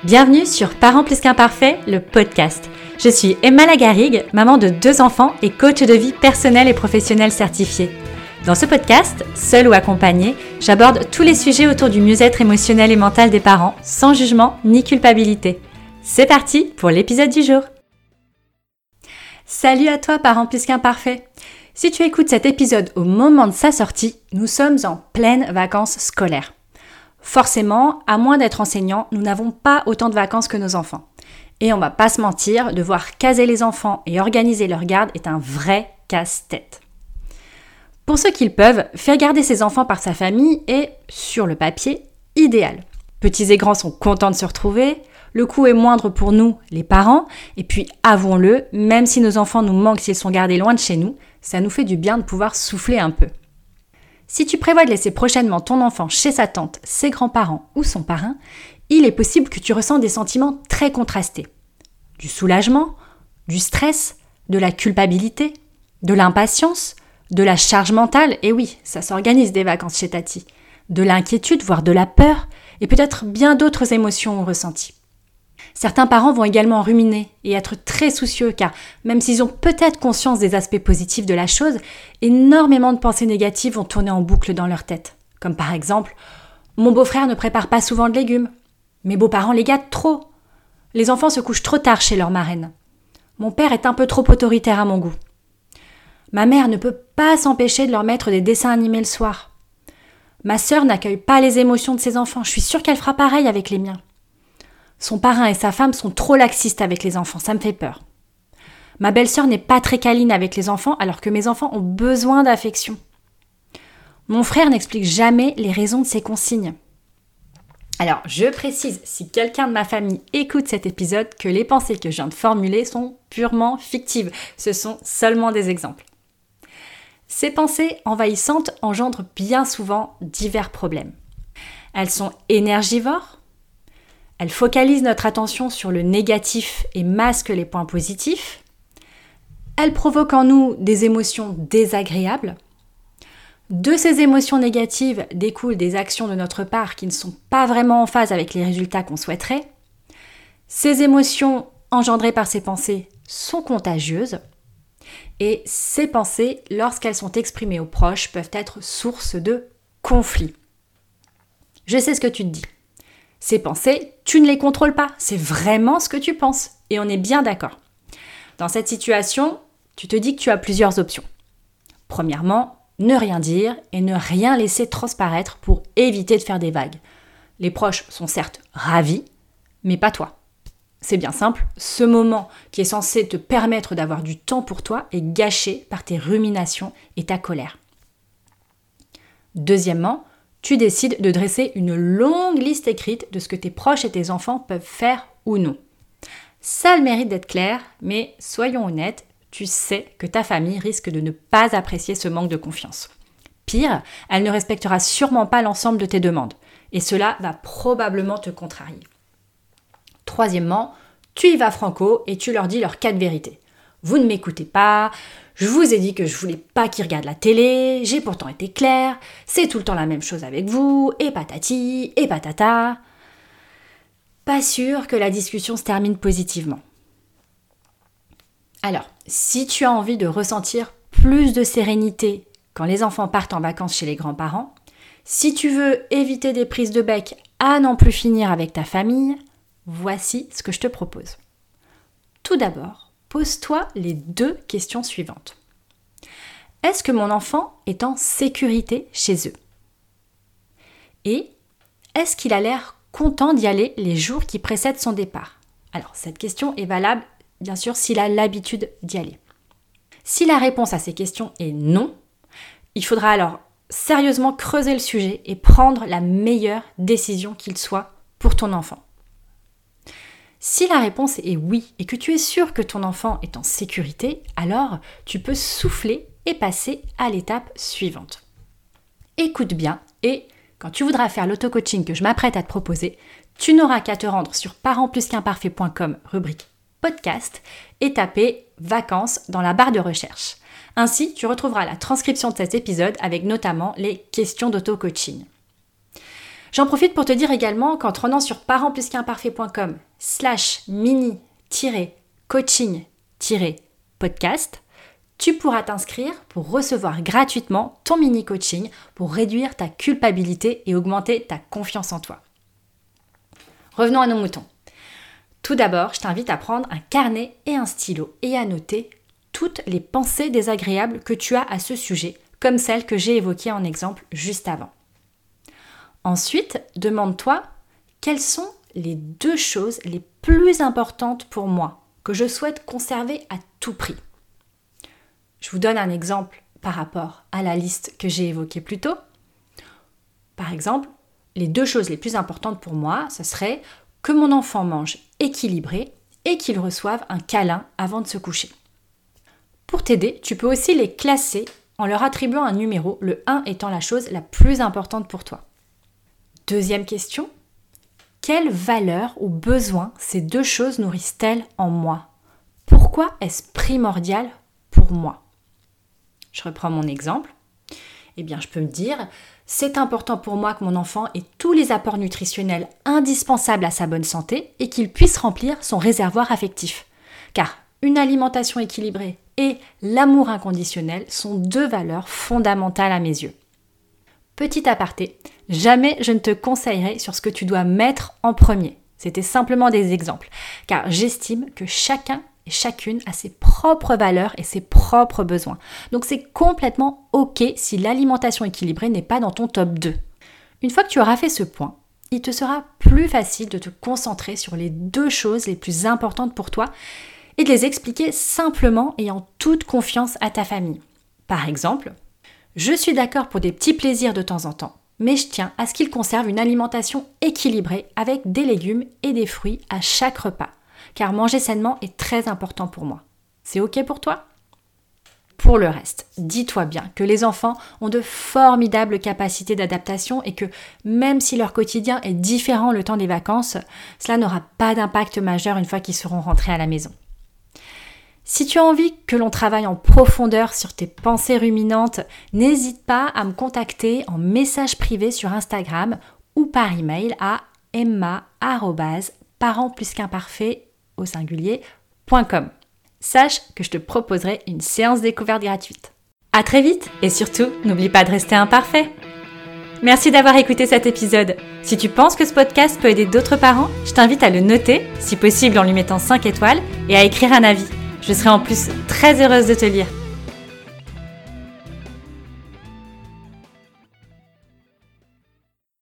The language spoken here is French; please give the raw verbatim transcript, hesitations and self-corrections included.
Bienvenue sur Parents plus qu'un parfait, le podcast. Je suis Emma Lagarigue, maman de deux enfants et coach de vie personnelle et professionnelle certifiée. Dans ce podcast, seule ou accompagnée, j'aborde tous les sujets autour du mieux-être émotionnel et mental des parents, sans jugement ni culpabilité. C'est parti pour l'épisode du jour. Salut à toi, parent plus qu'un parfait. Si tu écoutes cet épisode au moment de sa sortie, nous sommes en pleine vacances scolaires. Forcément, à moins d'être enseignant, nous n'avons pas autant de vacances que nos enfants. Et on va pas se mentir, devoir caser les enfants et organiser leur garde est un vrai casse-tête. Pour ceux qui le peuvent, faire garder ses enfants par sa famille est, sur le papier, idéal. Petits et grands sont contents de se retrouver, le coût est moindre pour nous, les parents, et puis avouons-le, même si nos enfants nous manquent s'ils sont gardés loin de chez nous, ça nous fait du bien de pouvoir souffler un peu. Si tu prévois de laisser prochainement ton enfant chez sa tante, ses grands-parents ou son parrain, il est possible que tu ressens des sentiments très contrastés. Du soulagement, du stress, de la culpabilité, de l'impatience, de la charge mentale, et oui, ça s'organise des vacances chez Tati, de l'inquiétude, voire de la peur, et peut-être bien d'autres émotions ressenties. Certains parents vont également ruminer et être très soucieux car même s'ils ont peut-être conscience des aspects positifs de la chose, énormément de pensées négatives vont tourner en boucle dans leur tête. Comme par exemple, mon beau-frère ne prépare pas souvent de légumes, mes beaux-parents les gâtent trop, les enfants se couchent trop tard chez leur marraine, mon père est un peu trop autoritaire à mon goût, ma mère ne peut pas s'empêcher de leur mettre des dessins animés le soir, ma sœur n'accueille pas les émotions de ses enfants, je suis sûre qu'elle fera pareil avec les miens. Son parrain et sa femme sont trop laxistes avec les enfants, ça me fait peur. Ma belle-sœur n'est pas très câline avec les enfants alors que mes enfants ont besoin d'affection. Mon frère n'explique jamais les raisons de ses consignes. Alors, je précise, si quelqu'un de ma famille écoute cet épisode, que les pensées que je viens de formuler sont purement fictives. Ce sont seulement des exemples. Ces pensées envahissantes engendrent bien souvent divers problèmes. Elles sont énergivores. Elles focalisent notre attention sur le négatif et masquent les points positifs. Elles provoquent en nous des émotions désagréables. De ces émotions négatives découlent des actions de notre part qui ne sont pas vraiment en phase avec les résultats qu'on souhaiterait. Ces émotions engendrées par ces pensées sont contagieuses. Et ces pensées, lorsqu'elles sont exprimées aux proches, peuvent être source de conflits. Je sais ce que tu te dis. Ces pensées, tu ne les contrôles pas, c'est vraiment ce que tu penses, et on est bien d'accord. Dans cette situation, tu te dis que tu as plusieurs options. Premièrement, ne rien dire et ne rien laisser transparaître pour éviter de faire des vagues. Les proches sont certes ravis, mais pas toi. C'est bien simple, ce moment qui est censé te permettre d'avoir du temps pour toi est gâché par tes ruminations et ta colère. Deuxièmement, tu décides de dresser une longue liste écrite de ce que tes proches et tes enfants peuvent faire ou non. Ça a le mérite d'être clair, mais soyons honnêtes, tu sais que ta famille risque de ne pas apprécier ce manque de confiance. Pire, elle ne respectera sûrement pas l'ensemble de tes demandes, et cela va probablement te contrarier. Troisièmement, tu y vas franco et tu leur dis leurs quatre vérités. Vous ne m'écoutez pas, je vous ai dit que je voulais pas qu'ils regardent la télé, j'ai pourtant été claire, c'est tout le temps la même chose avec vous, et patati, et patata. Pas sûr que la discussion se termine positivement. Alors, si tu as envie de ressentir plus de sérénité quand les enfants partent en vacances chez les grands-parents, si tu veux éviter des prises de bec à n'en plus finir avec ta famille, voici ce que je te propose. Tout d'abord, pose-toi les deux questions suivantes. Est-ce que mon enfant est en sécurité chez eux? Et est-ce qu'il a l'air content d'y aller les jours qui précèdent son départ? Alors, cette question est valable, bien sûr, s'il a l'habitude d'y aller. Si la réponse à ces questions est non, il faudra alors sérieusement creuser le sujet et prendre la meilleure décision qu'il soit pour ton enfant. Si la réponse est oui et que tu es sûr que ton enfant est en sécurité, alors tu peux souffler et passer à l'étape suivante. Écoute bien et quand tu voudras faire l'auto-coaching que je m'apprête à te proposer, tu n'auras qu'à te rendre sur parents plus qu'un parfait point com, rubrique podcast, et taper vacances dans la barre de recherche. Ainsi, tu retrouveras la transcription de cet épisode avec notamment les questions d'auto-coaching. J'en profite pour te dire également qu'en te rendant sur parents plus qu'imparfait point com slash mini-coaching-podcast, tu pourras t'inscrire pour recevoir gratuitement ton mini-coaching pour réduire ta culpabilité et augmenter ta confiance en toi. Revenons à nos moutons. Tout d'abord, je t'invite à prendre un carnet et un stylo et à noter toutes les pensées désagréables que tu as à ce sujet, comme celles que j'ai évoquées en exemple juste avant. Ensuite, demande-toi quelles sont les deux choses les plus importantes pour moi que je souhaite conserver à tout prix. Je vous donne un exemple par rapport à la liste que j'ai évoquée plus tôt. Par exemple, les deux choses les plus importantes pour moi, ce serait que mon enfant mange équilibré et qu'il reçoive un câlin avant de se coucher. Pour t'aider, tu peux aussi les classer en leur attribuant un numéro, le un étant la chose la plus importante pour toi. Deuxième question, quelle valeur ou besoin ces deux choses nourrissent-elles en moi ? Pourquoi est-ce primordial pour moi ? Je reprends mon exemple. Eh bien, je peux me dire, c'est important pour moi que mon enfant ait tous les apports nutritionnels indispensables à sa bonne santé et qu'il puisse remplir son réservoir affectif. Car une alimentation équilibrée et l'amour inconditionnel sont deux valeurs fondamentales à mes yeux. Petit aparté, jamais je ne te conseillerai sur ce que tu dois mettre en premier. C'était simplement des exemples, car j'estime que chacun et chacune a ses propres valeurs et ses propres besoins. Donc c'est complètement ok si l'alimentation équilibrée n'est pas dans ton top deux. Une fois que tu auras fait ce point, il te sera plus facile de te concentrer sur les deux choses les plus importantes pour toi et de les expliquer simplement et en toute confiance à ta famille. Par exemple, je suis d'accord pour des petits plaisirs de temps en temps, mais je tiens à ce qu'ils conservent une alimentation équilibrée avec des légumes et des fruits à chaque repas. Car manger sainement est très important pour moi. C'est ok pour toi ? Pour le reste, dis-toi bien que les enfants ont de formidables capacités d'adaptation et que même si leur quotidien est différent le temps des vacances, cela n'aura pas d'impact majeur une fois qu'ils seront rentrés à la maison. Si tu as envie que l'on travaille en profondeur sur tes pensées ruminantes, n'hésite pas à me contacter en message privé sur Instagram ou par email à emma arobase parents plus qu'imparfait au singulier point com. Sache que je te proposerai une séance découverte gratuite. À très vite et surtout, n'oublie pas de rester imparfait. Merci d'avoir écouté cet épisode. Si tu penses que ce podcast peut aider d'autres parents, je t'invite à le noter, si possible en lui mettant cinq étoiles, et à écrire un avis. Je serai en plus très heureuse de te lire.